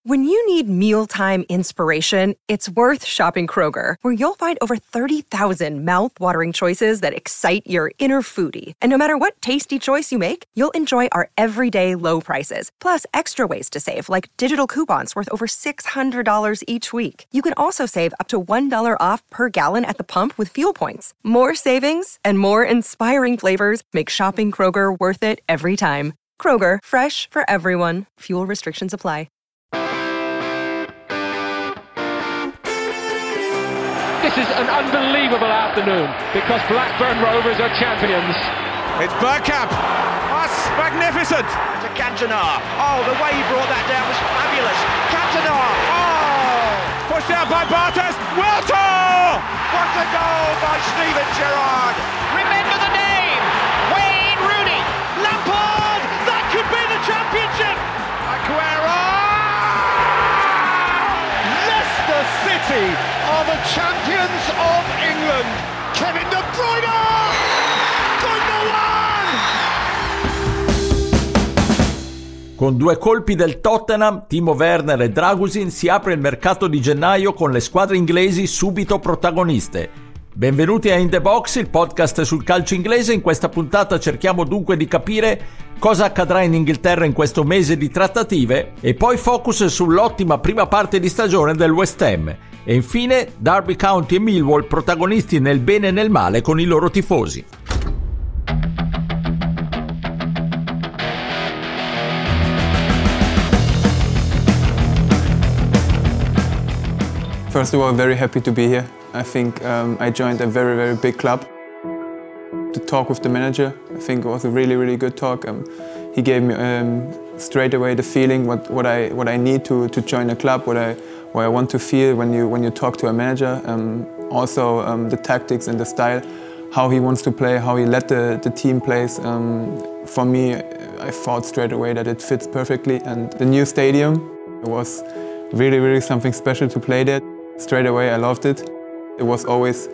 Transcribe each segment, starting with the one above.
When you need mealtime inspiration, it's worth shopping Kroger, where you'll find over 30,000 mouth-watering choices that excite your inner foodie. And no matter what tasty choice you make, you'll enjoy our everyday low prices, plus extra ways to save, like digital coupons worth over $600 each week. You can also save up to $1 off per gallon at the pump with fuel points. More savings and more inspiring flavors make shopping Kroger worth it every time. Kroger, fresh for everyone. Fuel restrictions apply. This is an unbelievable afternoon because Blackburn Rovers are champions. It's Bergkamp. That's magnificent. To Cantona. Oh, the way he brought that down was fabulous. Cantona. Oh! Pushed out by Bartes. Wiltor! What a goal by Steven Gerrard. Remember the name. Wayne Rooney. Lampard. That could be the championship. Aguero! Leicester City are the champions of England. Kevin De Bruyne! Con 2 colpi del Tottenham, Timo Werner e Dragusin si apre il mercato di gennaio con le squadre inglesi subito protagoniste. Benvenuti a In The Box, il podcast sul calcio inglese. In questa puntata cerchiamo dunque di capire cosa accadrà in Inghilterra in questo mese di trattative e poi focus sull'ottima prima parte di stagione del West Ham. E infine Derby County e Millwall protagonisti nel bene e nel male con i loro tifosi. First of all, very happy to be here. I think I joined a very, very big club. To talk with the manager, I think it was a really, really good talk. He gave me straight away the feeling what I need to join a club, what I want to feel when you talk to a manager. Also the tactics and the style, how he wants to play, how he let the team plays. For me, I thought straight away that it fits perfectly. And the new stadium, it was really, really something special to play there. Straight away, I loved it. It was always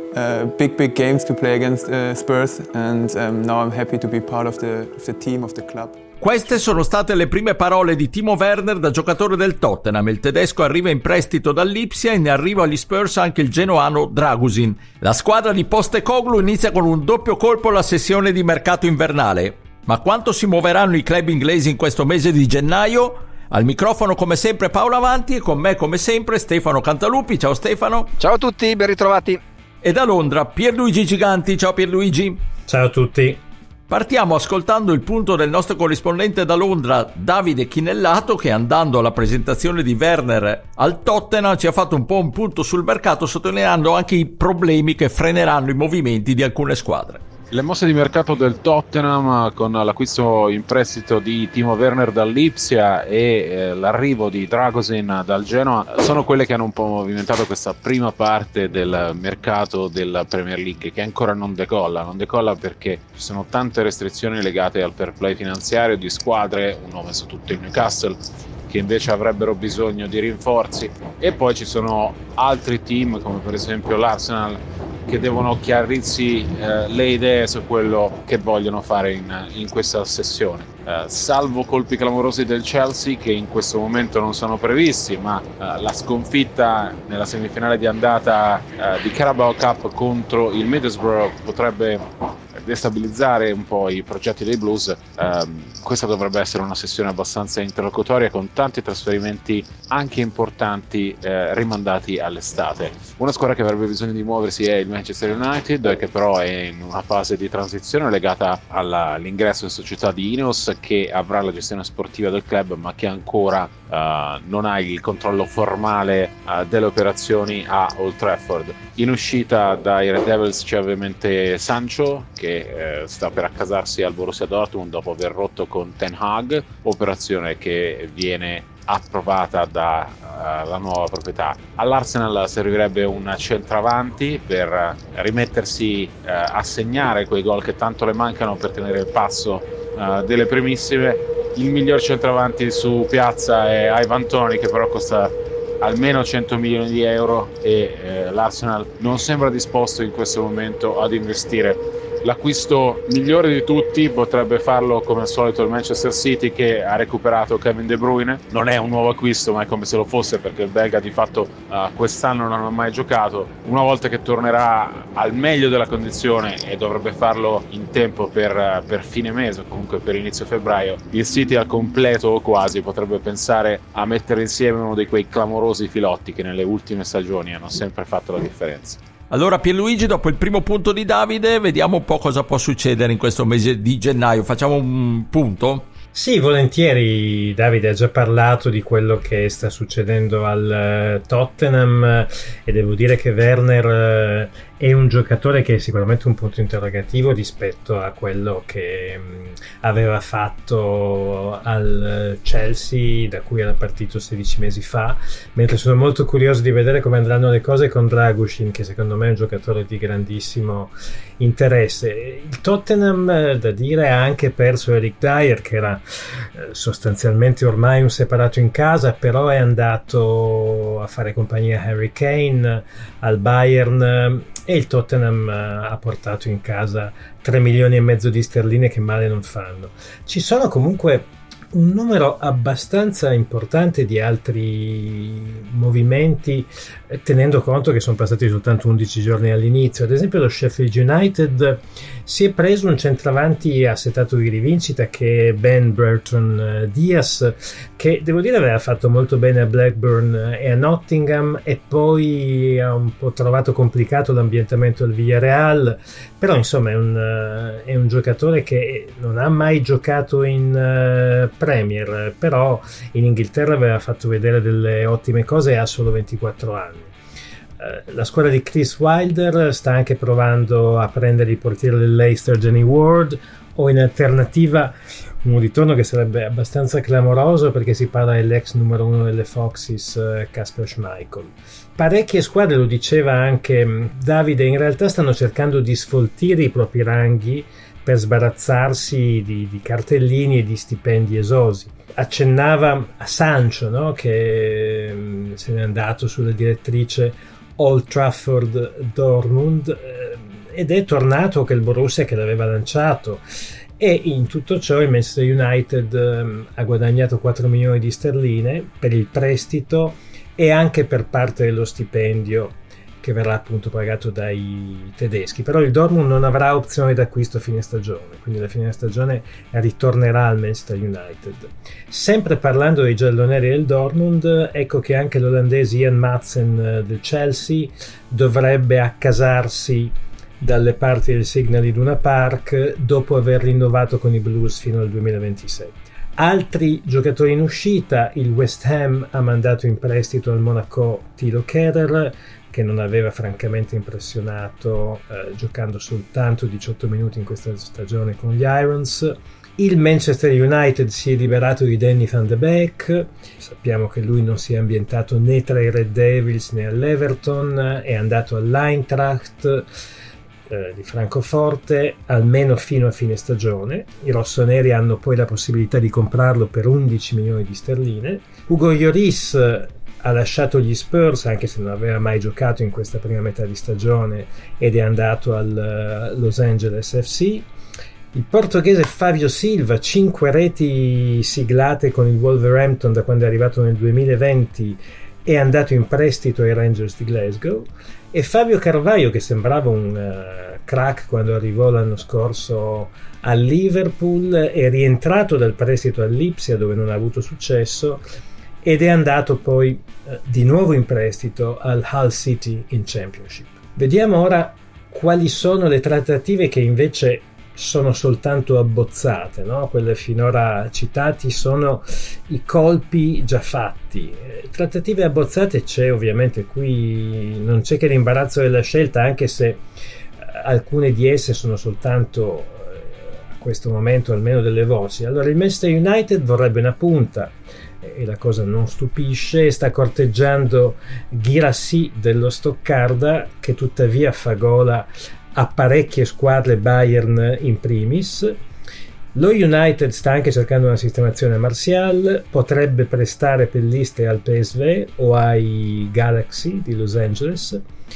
big games to play against Spurs, and now I'm happy to be part of the team, of the club. Queste sono state le prime parole di Timo Werner da giocatore del Tottenham. Il tedesco arriva in prestito dall'Ipsia e ne arriva agli Spurs anche il genoano Dragusin. La squadra di Postecoglou inizia con un doppio colpo la sessione di mercato invernale. Ma quanto si muoveranno i club inglesi in questo mese di gennaio? Al microfono come sempre Paolo Avanti e con me come sempre Stefano Cantalupi. Ciao Stefano. Ciao a tutti, ben ritrovati. E da Londra Pierluigi Giganti. Ciao Pierluigi. Ciao a tutti. Partiamo ascoltando il punto del nostro corrispondente da Londra Davide Chinellato, che andando alla presentazione di Werner al Tottenham ci ha fatto un po' un punto sul mercato, sottolineando anche i problemi che freneranno i movimenti di alcune squadre. Le mosse di mercato del Tottenham con l'acquisto in prestito di Timo Werner dall'Ipsia e l'arrivo di Dragusin dal Genoa sono quelle che hanno un po' movimentato questa prima parte del mercato della Premier League, che ancora non decolla perché ci sono tante restrizioni legate al fair play finanziario di squadre, un nome su tutto il Newcastle, che invece avrebbero bisogno di rinforzi, e poi ci sono altri team come per esempio l'Arsenal che devono chiarirsi le idee su quello che vogliono fare in questa sessione. Salvo colpi clamorosi del Chelsea che in questo momento non sono previsti, ma la sconfitta nella semifinale di andata di Carabao Cup contro il Middlesbrough potrebbe destabilizzare un po' i progetti dei Blues. Questa dovrebbe essere una sessione abbastanza interlocutoria con tanti trasferimenti anche importanti rimandati all'estate. Una squadra che avrebbe bisogno di muoversi è il Manchester United, che però è in una fase di transizione legata all'ingresso in società di Ineos, che avrà la gestione sportiva del club ma che ancora non ha il controllo formale delle operazioni a Old Trafford. In uscita dai Red Devils c'è ovviamente Sancho, che sta per accasarsi al Borussia Dortmund dopo aver rotto con Ten Hag, operazione che viene approvata dalla nuova proprietà. All'Arsenal servirebbe un centravanti per rimettersi a segnare quei gol che tanto le mancano per tenere il passo delle primissime. Il miglior centravanti su piazza è Ivan Toney, che però costa almeno 100 milioni di euro e l'Arsenal non sembra disposto in questo momento ad investire l'acquisto migliore di tutti potrebbe farlo come al solito il Manchester City, che ha recuperato Kevin De Bruyne. Non è un nuovo acquisto, ma è come se lo fosse, perché il belga di fatto quest'anno non ha mai giocato. Una volta che tornerà al meglio della condizione, e dovrebbe farlo in tempo per fine mese o comunque per inizio febbraio, il City al completo o quasi potrebbe pensare a mettere insieme uno di quei clamorosi filotti che nelle ultime stagioni hanno sempre fatto la differenza. Allora Pierluigi, dopo il primo punto di Davide, vediamo un po' cosa può succedere in questo mese di gennaio. Facciamo un punto? Sì, volentieri. Davide ha già parlato di quello che sta succedendo al Tottenham e devo dire che Werner è un giocatore che è sicuramente un punto interrogativo rispetto a quello che aveva fatto al Chelsea, da cui era partito 16 mesi fa, mentre sono molto curioso di vedere come andranno le cose con Dragusin, che secondo me è un giocatore di grandissimo interesse. Il Tottenham, da dire, ha anche perso Eric Dyer, che era sostanzialmente ormai un separato in casa, però è andato a fare compagnia a Harry Kane al Bayern, e il Tottenham ha portato in casa 3 milioni e mezzo di sterline, che male non fanno. Ci sono comunque un numero abbastanza importante di altri movimenti, tenendo conto che sono passati soltanto 11 giorni all'inizio. Ad esempio lo Sheffield United si è preso un centravanti assetato di rivincita, che è Ben Burton Diaz, che devo dire aveva fatto molto bene a Blackburn e a Nottingham, e poi ha un po' trovato complicato l'ambientamento al Villarreal, però insomma è un giocatore che non ha mai giocato in Premier, però in Inghilterra aveva fatto vedere delle ottime cose e ha solo 24 anni. La squadra di Chris Wilder sta anche provando a prendere il portiere del Leicester Jenny Ward, o in alternativa un ritorno che sarebbe abbastanza clamoroso, perché si parla dell'ex numero 1 delle Foxes Kasper Schmeichel. Parecchie squadre, lo diceva anche Davide, in realtà stanno cercando di sfoltire i propri ranghi per sbarazzarsi di cartellini e di stipendi esosi. Accennava a Sancho, no? Che se n'è andato sulla direttrice Old Trafford Dortmund, ed è tornato quel Borussia che l'aveva lanciato, e in tutto ciò il Manchester United ha guadagnato 4 milioni di sterline per il prestito e anche per parte dello stipendio che verrà appunto pagato dai tedeschi. Però il Dortmund non avrà opzione d'acquisto a fine stagione, quindi alla fine della stagione ritornerà al Manchester United. Sempre parlando dei gialloneri del Dortmund, ecco che anche l'olandese Ian Madsen del Chelsea dovrebbe accasarsi dalle parti del Signal Iduna Park dopo aver rinnovato con i Blues fino al 2027. Altri giocatori in uscita: il West Ham ha mandato in prestito al Monaco Thilo Kehrer, che non aveva francamente impressionato giocando soltanto 18 minuti in questa stagione con gli Irons. Il Manchester United si è liberato di Danny van de Beek. Sappiamo che lui non si è ambientato né tra i Red Devils né all'Everton, è andato all'Eintracht di Francoforte almeno fino a fine stagione. I rossoneri hanno poi la possibilità di comprarlo per 11 milioni di sterline. Hugo Lloris ha lasciato gli Spurs, anche se non aveva mai giocato in questa prima metà di stagione, ed è andato al Los Angeles FC. Il portoghese Fabio Silva, 5 reti siglate con il Wolverhampton da quando è arrivato nel 2020, è andato in prestito ai Rangers di Glasgow. E Fabio Carvalho, che sembrava un crack quando arrivò l'anno scorso al Liverpool, è rientrato dal prestito all'Ipsia, dove non ha avuto successo, ed è andato poi di nuovo in prestito al Hull City in Championship. Vediamo ora quali sono le trattative che invece sono soltanto abbozzate, no? Quelle finora citati sono i colpi già fatti. Trattative abbozzate c'è, ovviamente qui non c'è che l'imbarazzo della scelta, anche se alcune di esse sono soltanto a questo momento almeno delle voci. Allora, il Manchester United vorrebbe una punta, e la cosa non stupisce, sta corteggiando Guirassy dello Stoccarda, che tuttavia fa gola a parecchie squadre, Bayern in primis. Lo United sta anche cercando una sistemazione a Martial, potrebbe prestare pelliste al PSV o ai Galaxy di Los Angeles,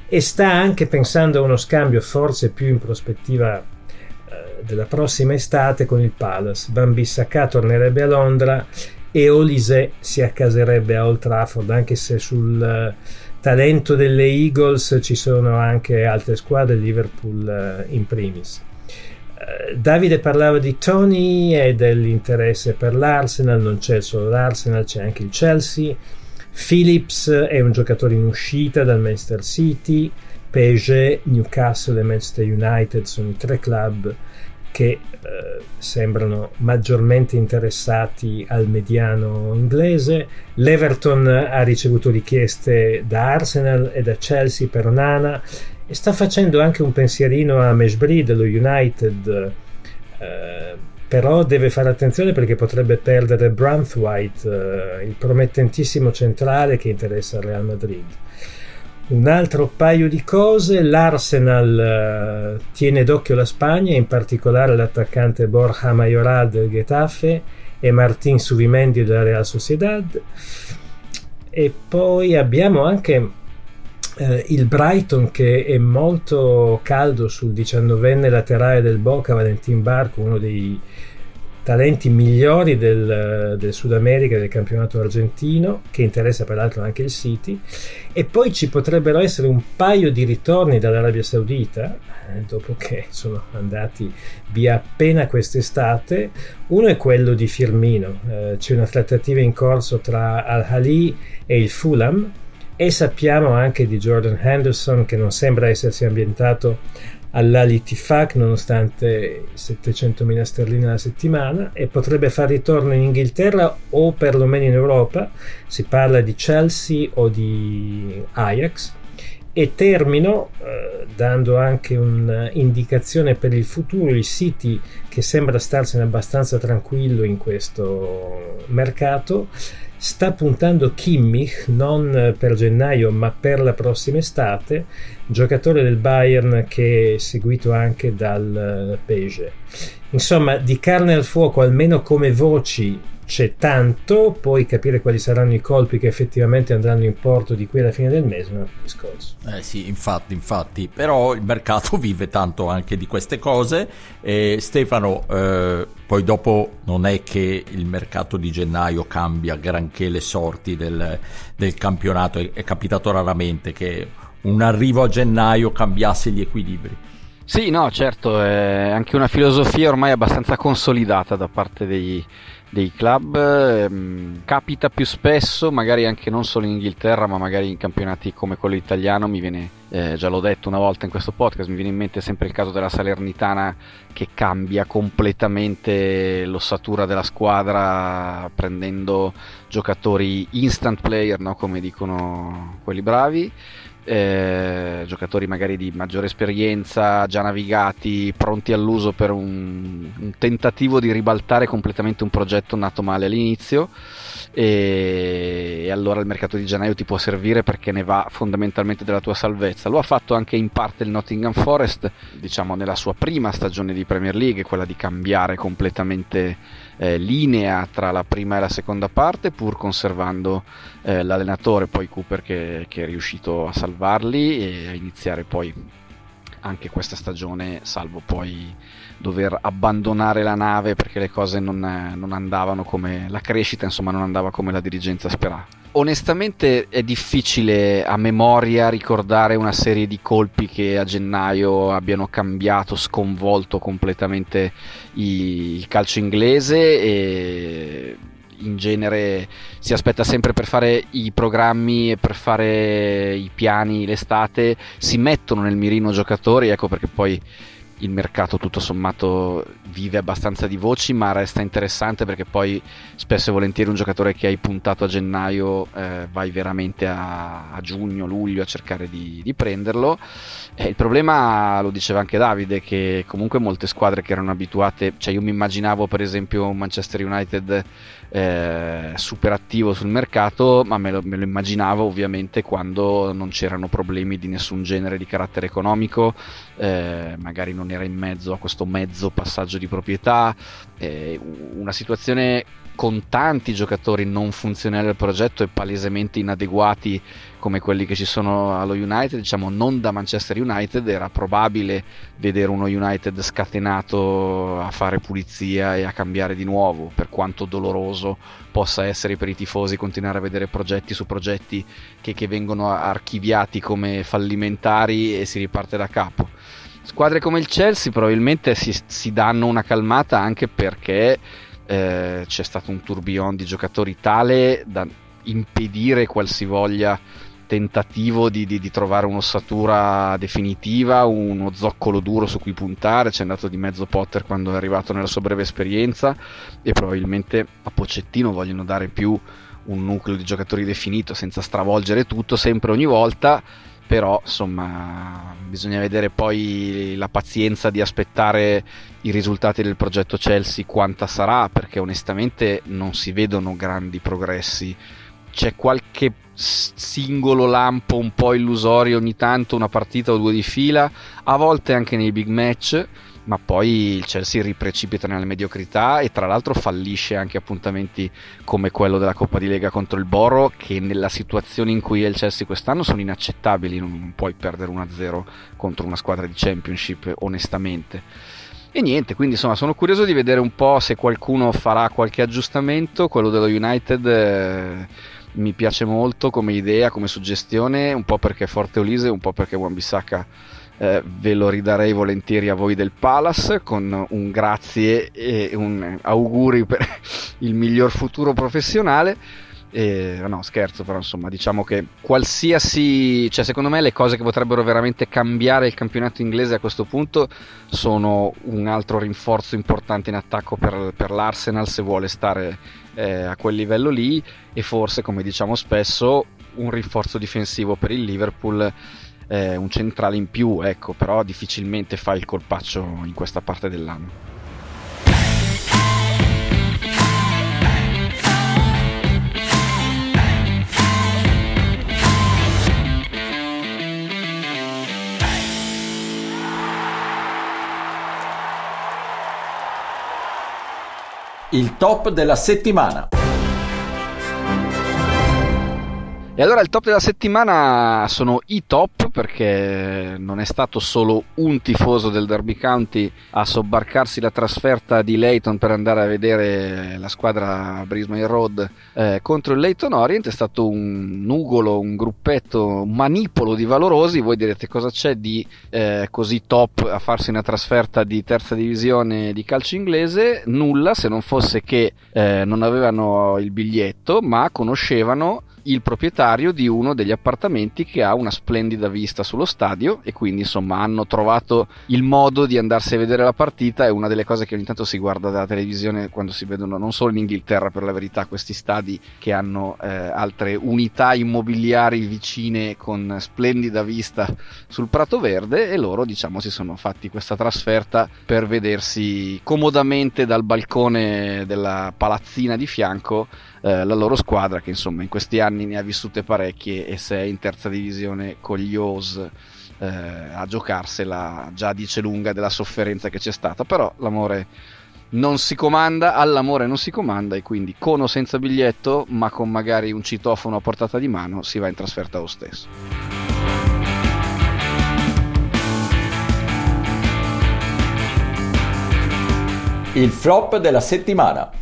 e sta anche pensando a uno scambio forse più in prospettiva della prossima estate con il Palace. Van Bissaka tornerebbe a Londra e Olise si accaserebbe a Old Trafford, anche se sul talento delle Eagles ci sono anche altre squadre, Liverpool in primis. Davide parlava di Tony e dell'interesse per l'Arsenal. Non c'è solo l'Arsenal, c'è anche il Chelsea. Phillips è un giocatore in uscita dal Manchester City. PSG, Newcastle e Manchester United sono i 3 club che sembrano maggiormente interessati al mediano inglese. L'Everton ha ricevuto richieste da Arsenal e da Chelsea per Onana e sta facendo anche un pensierino a Mejbri dello United, però deve fare attenzione perché potrebbe perdere Branthwaite, il promettentissimo centrale che interessa al Real Madrid. Un altro paio di cose: l'Arsenal tiene d'occhio la Spagna, in particolare l'attaccante Borja Mayoral del Getafe e Martín Zubimendi della Real Sociedad. E poi abbiamo anche il Brighton, che è molto caldo sul 19enne laterale del Boca, Valentín Barco, uno dei talenti migliori del Sud America, del campionato argentino, che interessa peraltro anche il City. E poi ci potrebbero essere un paio di ritorni dall'Arabia Saudita, dopo che sono andati via appena quest'estate. Uno è quello di Firmino, c'è una trattativa in corso tra Al-Ahly e il Fulham, e sappiamo anche di Jordan Henderson, che non sembra essersi ambientato all'Al-Ittifaq nonostante 700.000 sterline alla settimana, e potrebbe far ritorno in Inghilterra o perlomeno in Europa. Si parla di Chelsea o di Ajax. E termino dando anche un'indicazione per il futuro. Il City, che sembra starsene abbastanza tranquillo in questo mercato, sta puntando Kimmich non per gennaio ma per la prossima estate, giocatore del Bayern che è seguito anche dal PSG. Insomma, di carne al fuoco, almeno come voci, c'è tanto. Poi capire quali saranno i colpi che effettivamente andranno in porto di qui alla fine del mese è un altro discorso. Sì, infatti, però il mercato vive tanto anche di queste cose. Stefano, poi dopo non è che il mercato di gennaio cambia granché le sorti del campionato, è capitato raramente che un arrivo a gennaio cambiasse gli equilibri. Sì, no, certo, è anche una filosofia ormai abbastanza consolidata da parte dei club. Capita più spesso, magari anche non solo in Inghilterra, ma magari in campionati come quello italiano. Mi viene, già l'ho detto una volta in questo podcast, mi viene in mente sempre il caso della Salernitana, che cambia completamente l'ossatura della squadra prendendo giocatori instant player, no? Come dicono quelli bravi. Giocatori magari di maggiore esperienza, già navigati, pronti all'uso per un tentativo di ribaltare completamente un progetto nato male all'inizio, e allora il mercato di gennaio ti può servire perché ne va fondamentalmente della tua salvezza. Lo ha fatto anche in parte il Nottingham Forest, diciamo nella sua prima stagione di Premier League, quella di cambiare completamente linea tra la prima e la seconda parte, pur conservando l'allenatore, poi Cooper, che è riuscito a salvarli e a iniziare poi anche questa stagione, salvo poi dover abbandonare la nave perché le cose non andavano come la crescita, insomma, non andava come la dirigenza sperava. Onestamente è difficile a memoria ricordare una serie di colpi che a gennaio abbiano cambiato, sconvolto completamente il calcio inglese, e in genere si aspetta sempre, per fare i programmi e per fare i piani l'estate, si mettono nel mirino giocatori, ecco perché poi il mercato tutto sommato vive abbastanza di voci, ma resta interessante perché poi spesso e volentieri un giocatore che hai puntato a gennaio vai veramente a giugno, luglio a cercare di prenderlo. Il problema, lo diceva anche Davide, che comunque molte squadre che erano abituate, cioè io mi immaginavo per esempio un Manchester United super attivo sul mercato, ma me lo immaginavo ovviamente quando non c'erano problemi di nessun genere di carattere economico, magari non era in mezzo a questo mezzo passaggio di proprietà, una situazione con tanti giocatori non funzionali al progetto e palesemente inadeguati come quelli che ci sono allo United, diciamo non da Manchester United. Era probabile vedere uno United scatenato a fare pulizia e a cambiare di nuovo, per quanto doloroso possa essere per i tifosi continuare a vedere progetti su progetti che vengono archiviati come fallimentari e si riparte da capo. Squadre come il Chelsea probabilmente si danno una calmata anche perché c'è stato un tourbillon di giocatori tale da impedire qualsivoglia tentativo di trovare un'ossatura definitiva, uno zoccolo duro su cui puntare. C'è andato di mezzo Potter quando è arrivato nella sua breve esperienza, e probabilmente a Pochettino vogliono dare più un nucleo di giocatori definito senza stravolgere tutto sempre ogni volta. Però insomma bisogna vedere poi la pazienza di aspettare i risultati del progetto Chelsea quanta sarà, perché onestamente non si vedono grandi progressi. C'è qualche singolo lampo un po' illusorio ogni tanto, una partita o due di fila, a volte anche nei big match, ma poi il Chelsea riprecipita nella mediocrità e tra l'altro fallisce anche appuntamenti come quello della Coppa di Lega contro il Boro, che nella situazione in cui è il Chelsea quest'anno sono inaccettabili. Non puoi perdere 1-0 contro una squadra di Championship, onestamente. E niente, quindi insomma sono curioso di vedere un po' se qualcuno farà qualche aggiustamento. Quello dello United mi piace molto come idea, come suggestione, un po' perché è forte Olise, un po' perché Wan-Bissaka ve lo ridarei volentieri a voi del Palace, con un grazie e un auguri per il miglior futuro professionale. No, scherzo, però insomma diciamo che qualsiasi, cioè secondo me le cose che potrebbero veramente cambiare il campionato inglese a questo punto sono un altro rinforzo importante in attacco per l'Arsenal, se vuole stare a quel livello lì, e forse, come diciamo spesso, un rinforzo difensivo per il Liverpool, un centrale in più, ecco. Però difficilmente fa il colpaccio in questa parte dell'anno. Il top della settimana. E allora il top della settimana sono i top, perché non è stato solo un tifoso del Derby County a sobbarcarsi la trasferta di Leyton per andare a vedere la squadra Brisbane Road contro il Leyton Orient. È stato un nugolo, un gruppetto, un manipolo di valorosi. Voi direte cosa c'è di così top a farsi una trasferta di terza divisione di calcio inglese? Nulla, se non fosse che non avevano il biglietto, ma conoscevano il proprietario di uno degli appartamenti che ha una splendida vista sullo stadio, e quindi insomma hanno trovato il modo di andarsi a vedere la partita. È una delle cose che ogni tanto si guarda dalla televisione quando si vedono, non solo in Inghilterra per la verità, questi stadi che hanno altre unità immobiliari vicine con splendida vista sul Prato Verde, e loro diciamo si sono fatti questa trasferta per vedersi comodamente dal balcone della palazzina di fianco la loro squadra, che insomma in questi anni ne ha vissute parecchie, e se è in terza divisione con gli O's a giocarsela già dice lunga della sofferenza che c'è stata. Però l'amore non si comanda, all'amore non si comanda, e quindi con o senza biglietto, ma con magari un citofono a portata di mano, si va in trasferta lo stesso. Il flop della settimana.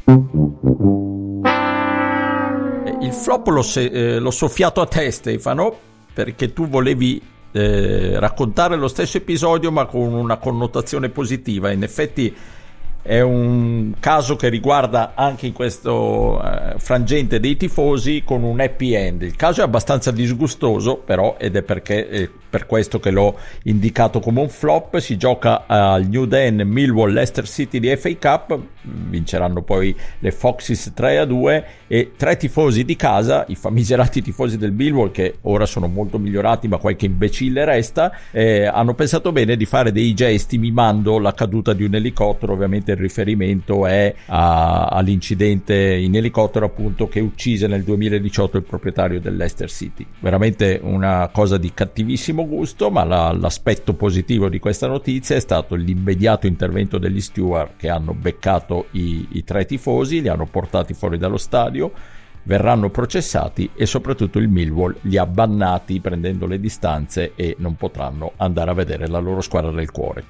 Il flop l'ho soffiato a te, Stefano, perché tu volevi raccontare lo stesso episodio ma con una connotazione positiva. In effetti è un caso che riguarda anche in questo frangente dei tifosi, con un happy end. Il caso è abbastanza disgustoso però, ed è perché per questo che l'ho indicato come un flop. Si gioca al New Den Millwall Leicester City di FA Cup, vinceranno poi le Foxes 3-2, e tre tifosi di casa, i famigerati tifosi del Millwall, che ora sono molto migliorati ma qualche imbecille resta, hanno pensato bene di fare dei gesti mimando la caduta di un elicottero, ovviamente ovviamente il riferimento è all'incidente in elicottero appunto che uccise nel 2018 il proprietario dell'Leicester City. Veramente una cosa di cattivissimo gusto, ma l'aspetto positivo di questa notizia è stato l'immediato intervento degli steward, che hanno beccato i 3 tifosi, li hanno portati fuori dallo stadio, verranno processati e soprattutto il Millwall li ha bannati prendendo le distanze e non potranno andare a vedere la loro squadra del cuore.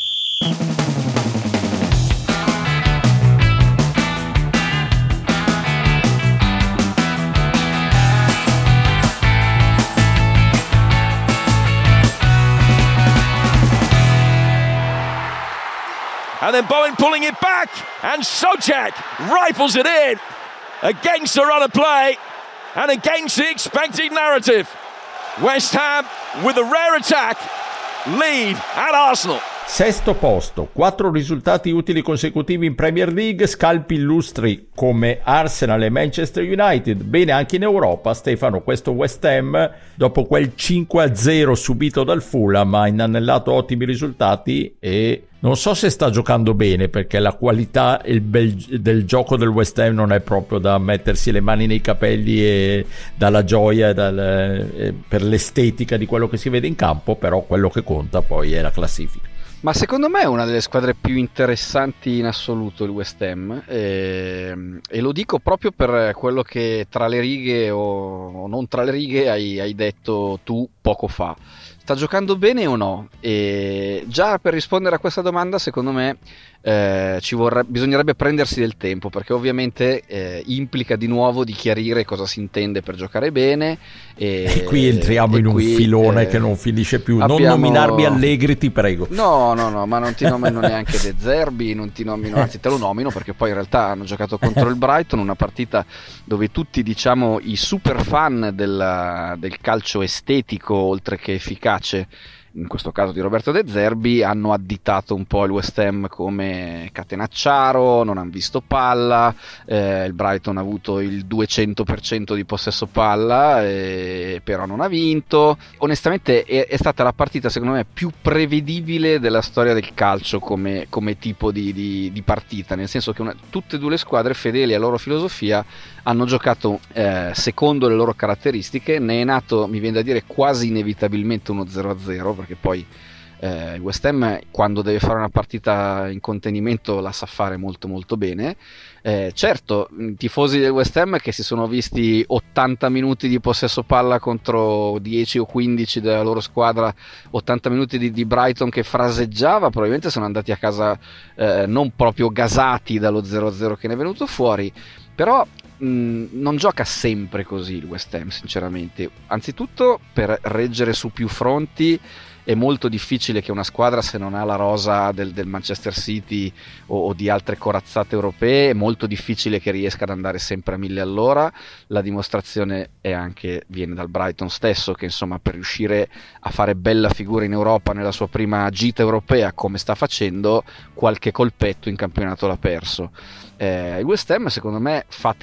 And then Bowen pulling it back, and Souček rifles it in against the run of play and against the expected narrative. West Ham with a rare attack lead at Arsenal. Sesto posto, 4 risultati utili consecutivi in Premier League, scalpi illustri come Arsenal e Manchester United. Bene anche in Europa, Stefano, questo West Ham dopo quel 5-0 subito dal Fulham ha inanellato ottimi risultati e non so se sta giocando bene, perché la qualità del gioco del West Ham non è proprio da mettersi le mani nei capelli e dalla gioia per l'estetica di quello che si vede in campo, però quello che conta poi è la classifica. Ma secondo me è una delle squadre più interessanti in assoluto il West Ham, e lo dico proprio per quello che tra le righe o non tra le righe hai detto tu poco fa. Sta giocando bene o no? E già per rispondere a questa domanda, secondo me bisognerebbe prendersi del tempo, perché ovviamente implica di nuovo di chiarire cosa si intende per giocare bene. E qui entriamo in un filone che non finisce più. Non nominarmi Allegri, ti prego. No, ma non ti nomino neanche De Zerbi, non ti nomino, anzi te lo nomino perché poi in realtà hanno giocato contro il Brighton, una partita dove tutti, diciamo, i super fan del calcio estetico oltre che efficace, in questo caso di Roberto De Zerbi, hanno additato un po' il West Ham come catenacciaro, non hanno visto palla, il Brighton ha avuto il 200% di possesso palla, però non ha vinto. Onestamente è stata la partita secondo me più prevedibile della storia del calcio come tipo di partita, nel senso che tutte e due le squadre, fedeli alla loro filosofia, hanno giocato secondo le loro caratteristiche. Ne è nato, mi viene da dire, quasi inevitabilmente uno 0-0, perché poi il West Ham, quando deve fare una partita in contenimento, la sa fare molto molto bene. Certo, i tifosi del West Ham che si sono visti 80 minuti di possesso palla contro 10 o 15 della loro squadra, 80 minuti di Brighton che fraseggiava, probabilmente sono andati a casa non proprio gasati dallo 0-0 che ne è venuto fuori. Però non gioca sempre così il West Ham, sinceramente. Anzitutto, per reggere su più fronti è molto difficile che una squadra, se non ha la rosa del Manchester City o di altre corazzate europee, è molto difficile che riesca ad andare sempre a 1000 all'ora. La dimostrazione viene dal Brighton stesso, che insomma, per riuscire a fare bella figura in Europa nella sua prima gita europea, come sta facendo, qualche colpetto in campionato l'ha perso. Il West Ham, secondo me,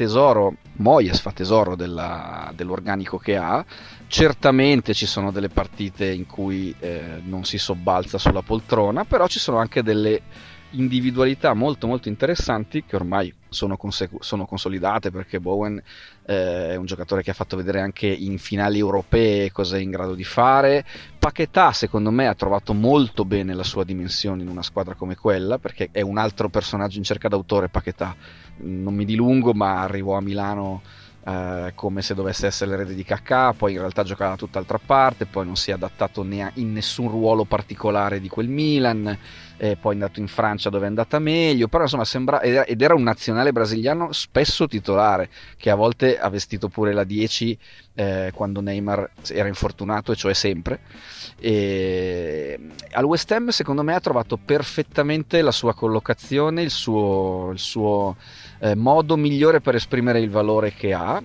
Moyes fa tesoro dell'organico che ha. Certamente ci sono delle partite in cui non si sobbalza sulla poltrona, però ci sono anche delle individualità molto molto interessanti che ormai sono consolidate, perché Bowen è un giocatore che ha fatto vedere anche in finali europee cosa è in grado di fare. Paquetá, secondo me, ha trovato molto bene la sua dimensione in una squadra come quella, perché è un altro personaggio in cerca d'autore. Paquetá, non mi dilungo, ma arrivò a Milano come se dovesse essere l'erede di Kaká, poi in realtà giocava da tutt'altra parte, poi non si è adattato in nessun ruolo particolare di quel Milan, poi è andato in Francia dove è andata meglio, però insomma ed era un nazionale brasiliano spesso titolare, che a volte ha vestito pure la 10 quando Neymar era infortunato, e cioè sempre. E al West Ham, secondo me, ha trovato perfettamente la sua collocazione, il suo modo migliore per esprimere il valore che ha,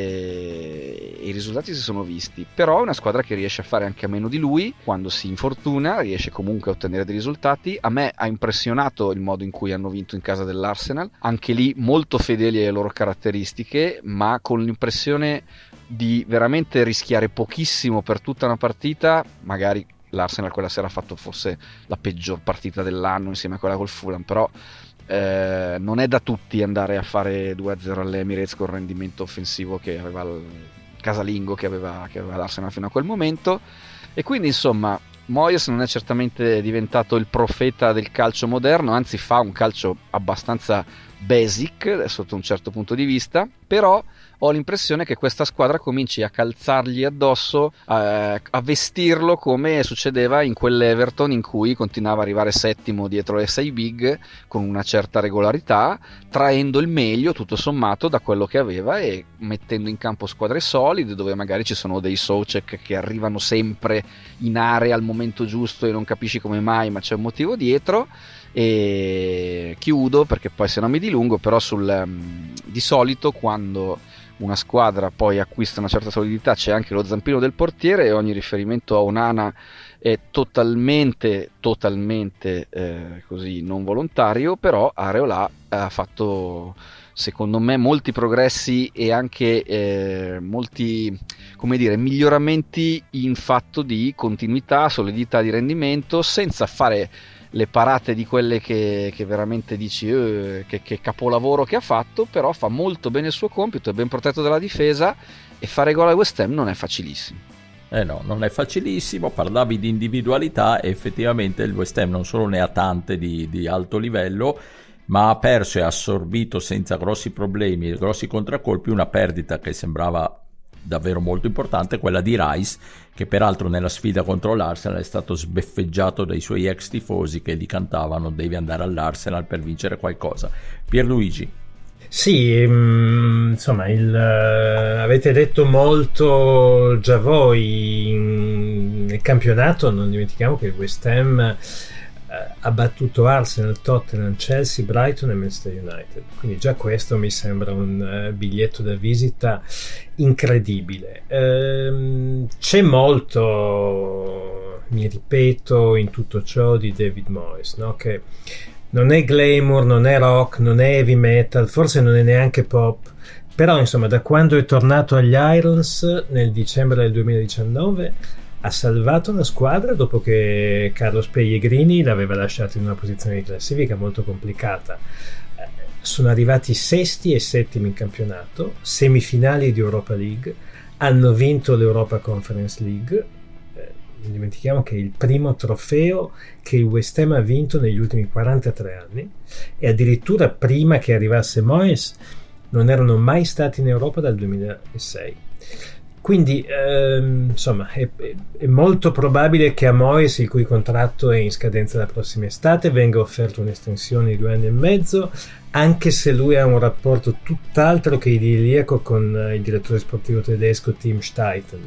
e i risultati si sono visti. Però è una squadra che riesce a fare anche a meno di lui, quando si infortuna riesce comunque a ottenere dei risultati. A me ha impressionato il modo in cui hanno vinto in casa dell'Arsenal, anche lì molto fedeli alle loro caratteristiche, ma con l'impressione di veramente rischiare pochissimo per tutta una partita. Magari l'Arsenal quella sera ha fatto forse la peggior partita dell'anno insieme a quella col Fulham, però non è da tutti andare a fare 2-0 all'Emirates con il rendimento offensivo che aveva casalingo che aveva l'Arsenal fino a quel momento, e quindi insomma Moyes non è certamente diventato il profeta del calcio moderno, anzi fa un calcio abbastanza basic sotto un certo punto di vista, però ho l'impressione che questa squadra cominci a calzargli addosso, a vestirlo come succedeva in quell'Everton in cui continuava a arrivare settimo dietro le 6 big con una certa regolarità, traendo il meglio tutto sommato da quello che aveva e mettendo in campo squadre solide dove magari ci sono dei Souček che arrivano sempre in area al momento giusto e non capisci come mai, ma c'è un motivo dietro. E chiudo perché poi se no mi dilungo, però di solito quando una squadra poi acquista una certa solidità c'è anche lo zampino del portiere, e ogni riferimento a Onana è totalmente così non volontario, però Areola ha fatto secondo me molti progressi e anche molti, come dire, miglioramenti in fatto di continuità, solidità di rendimento, senza fare le parate di quelle che veramente dici che capolavoro che ha fatto, però fa molto bene il suo compito, è ben protetto dalla difesa, e fare gol a West Ham non è facilissimo. No, non è facilissimo. Parlavi di individualità e effettivamente il West Ham non solo ne ha tante di alto livello, ma ha perso e assorbito senza grossi problemi e grossi contraccolpi una perdita che sembrava davvero molto importante, quella di Rice, che peraltro nella sfida contro l'Arsenal è stato sbeffeggiato dai suoi ex tifosi che gli cantavano devi andare all'Arsenal per vincere qualcosa. Pierluigi. Sì, insomma, avete detto molto già voi. Nel campionato non dimentichiamo che il West Ham ha battuto Arsenal, Tottenham, Chelsea, Brighton e Manchester United, quindi già questo mi sembra un biglietto da visita incredibile. C'è molto, mi ripeto, in tutto ciò di David Moyes, no? Che non è glamour, non è rock, non è heavy metal, forse non è neanche pop, però insomma da quando è tornato agli Irons nel dicembre del 2019 ha salvato la squadra dopo che Carlos Pellegrini l'aveva lasciato in una posizione di classifica molto complicata. Sono arrivati sesti e settimi in campionato, semifinali di Europa League, hanno vinto l'Europa Conference League. Non dimentichiamo che è il primo trofeo che il West Ham ha vinto negli ultimi 43 anni, e addirittura prima che arrivasse Moyes non erano mai stati in Europa dal 2006. Quindi insomma è molto probabile che a Moyes, il cui contratto è in scadenza la prossima estate, venga offerta un'estensione di 2 anni e mezzo, anche se lui ha un rapporto tutt'altro che idilliaco con il direttore sportivo tedesco Tim Steiten.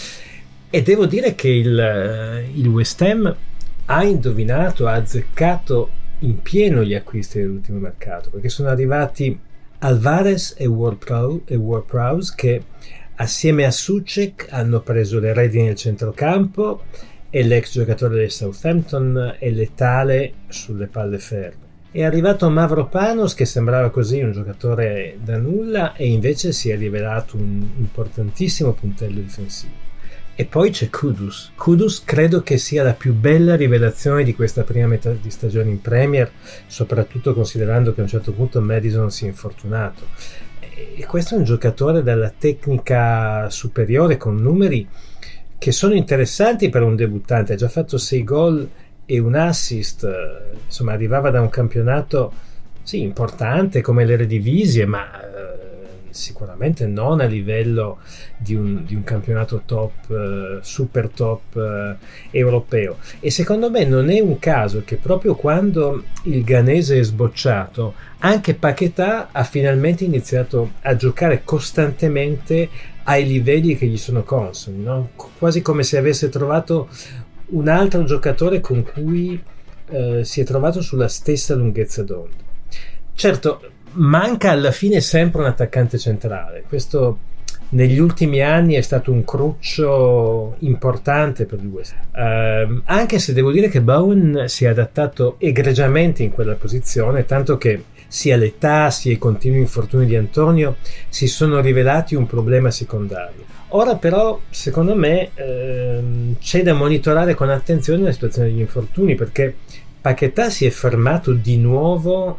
E devo dire che il West Ham ha indovinato, ha azzeccato in pieno gli acquisti dell'ultimo mercato, perché sono arrivati Alvarez e Ward-Prowse che assieme a Souček hanno preso le redini nel centrocampo, e l'ex giocatore del Southampton è letale sulle palle ferme. È arrivato Mavropanos, che sembrava così un giocatore da nulla e invece si è rivelato un importantissimo puntello difensivo. E poi c'è Kudus. Kudus credo che sia la più bella rivelazione di questa prima metà di stagione in Premier, soprattutto considerando che a un certo punto Maddison si è infortunato. E questo è un giocatore dalla tecnica superiore, con numeri che sono interessanti per un debuttante. Ha già fatto 6 gol e un assist, insomma arrivava da un campionato sì importante come l'Eredivisie, ma sicuramente non a livello di un campionato top, super top europeo. E secondo me non è un caso che proprio quando il ghanese è sbocciato, anche Paquetá ha finalmente iniziato a giocare costantemente ai livelli che gli sono consoni, no? Quasi come se avesse trovato un altro giocatore con cui si è trovato sulla stessa lunghezza d'onda. Certo, manca alla fine sempre un attaccante centrale. Questo negli ultimi anni è stato un cruccio importante per il West Ham, anche se devo dire che Bowen si è adattato egregiamente in quella posizione, tanto che sia l'età sia i continui infortuni di Antonio si sono rivelati un problema secondario. Ora però secondo me c'è da monitorare con attenzione la situazione degli infortuni, perché Paquetá si è fermato di nuovo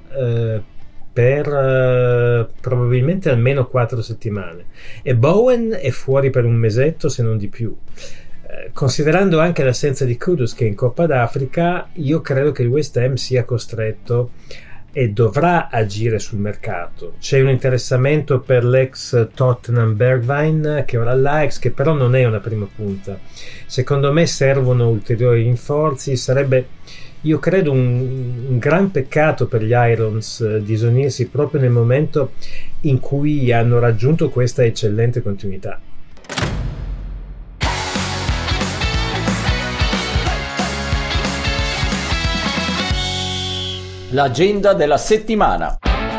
per probabilmente almeno 4 settimane e Bowen è fuori per un mesetto se non di più. Considerando anche l'assenza di Kudus che è in Coppa d'Africa, io credo che il West Ham sia costretto e dovrà agire sul mercato. C'è un interessamento per l'ex Tottenham Bergwijn che ora all'Ajax, che però non è una prima punta. Secondo me servono ulteriori rinforzi. Sarebbe, io credo, un gran peccato per gli Irons disunirsi proprio nel momento in cui hanno raggiunto questa eccellente continuità. L'agenda della settimana.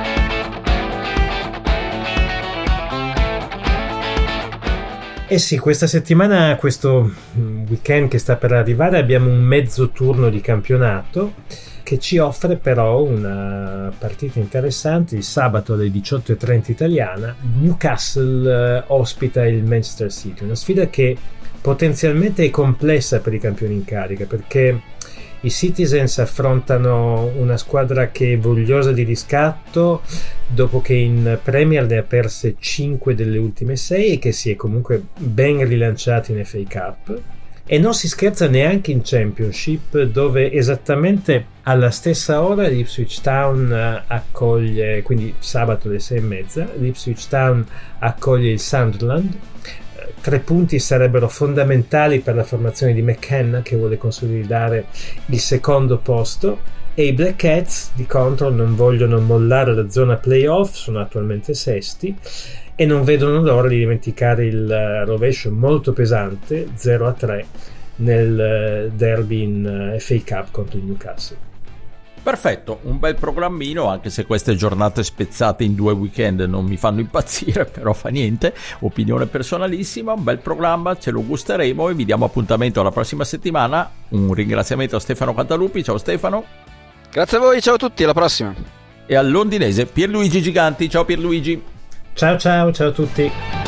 Eh sì, questa settimana, questo weekend che sta per arrivare, abbiamo un mezzo turno di campionato che ci offre però una partita interessante. Il sabato alle 18:30 italiana Newcastle ospita il Manchester City, una sfida che potenzialmente è complessa per i campioni in carica, perché i Citizens affrontano una squadra che è vogliosa di riscatto dopo che in Premier ne ha perse 5 delle ultime 6 e che si è comunque ben rilanciata in FA Cup. E non si scherza neanche in Championship, dove esattamente alla stessa ora l'Ipswich Town accoglie, quindi sabato alle 6:30, l'Ipswich Town accoglie il Sunderland. 3 punti sarebbero fondamentali per la formazione di McKenna, che vuole consolidare il secondo posto, e i Black Cats di contro non vogliono mollare la zona playoff, sono attualmente sesti e non vedono l'ora di dimenticare il rovescio molto pesante 0-3 nel derby in FA Cup contro il Newcastle. Perfetto, un bel programmino, anche se queste giornate spezzate in 2 weekend non mi fanno impazzire, però fa niente, opinione personalissima, un bel programma, ce lo gusteremo e vi diamo appuntamento alla prossima settimana. Un ringraziamento a Stefano Cantalupi, ciao Stefano. Grazie a voi, ciao a tutti, alla prossima. E al londinese Pierluigi Giganti, ciao Pierluigi. Ciao a tutti.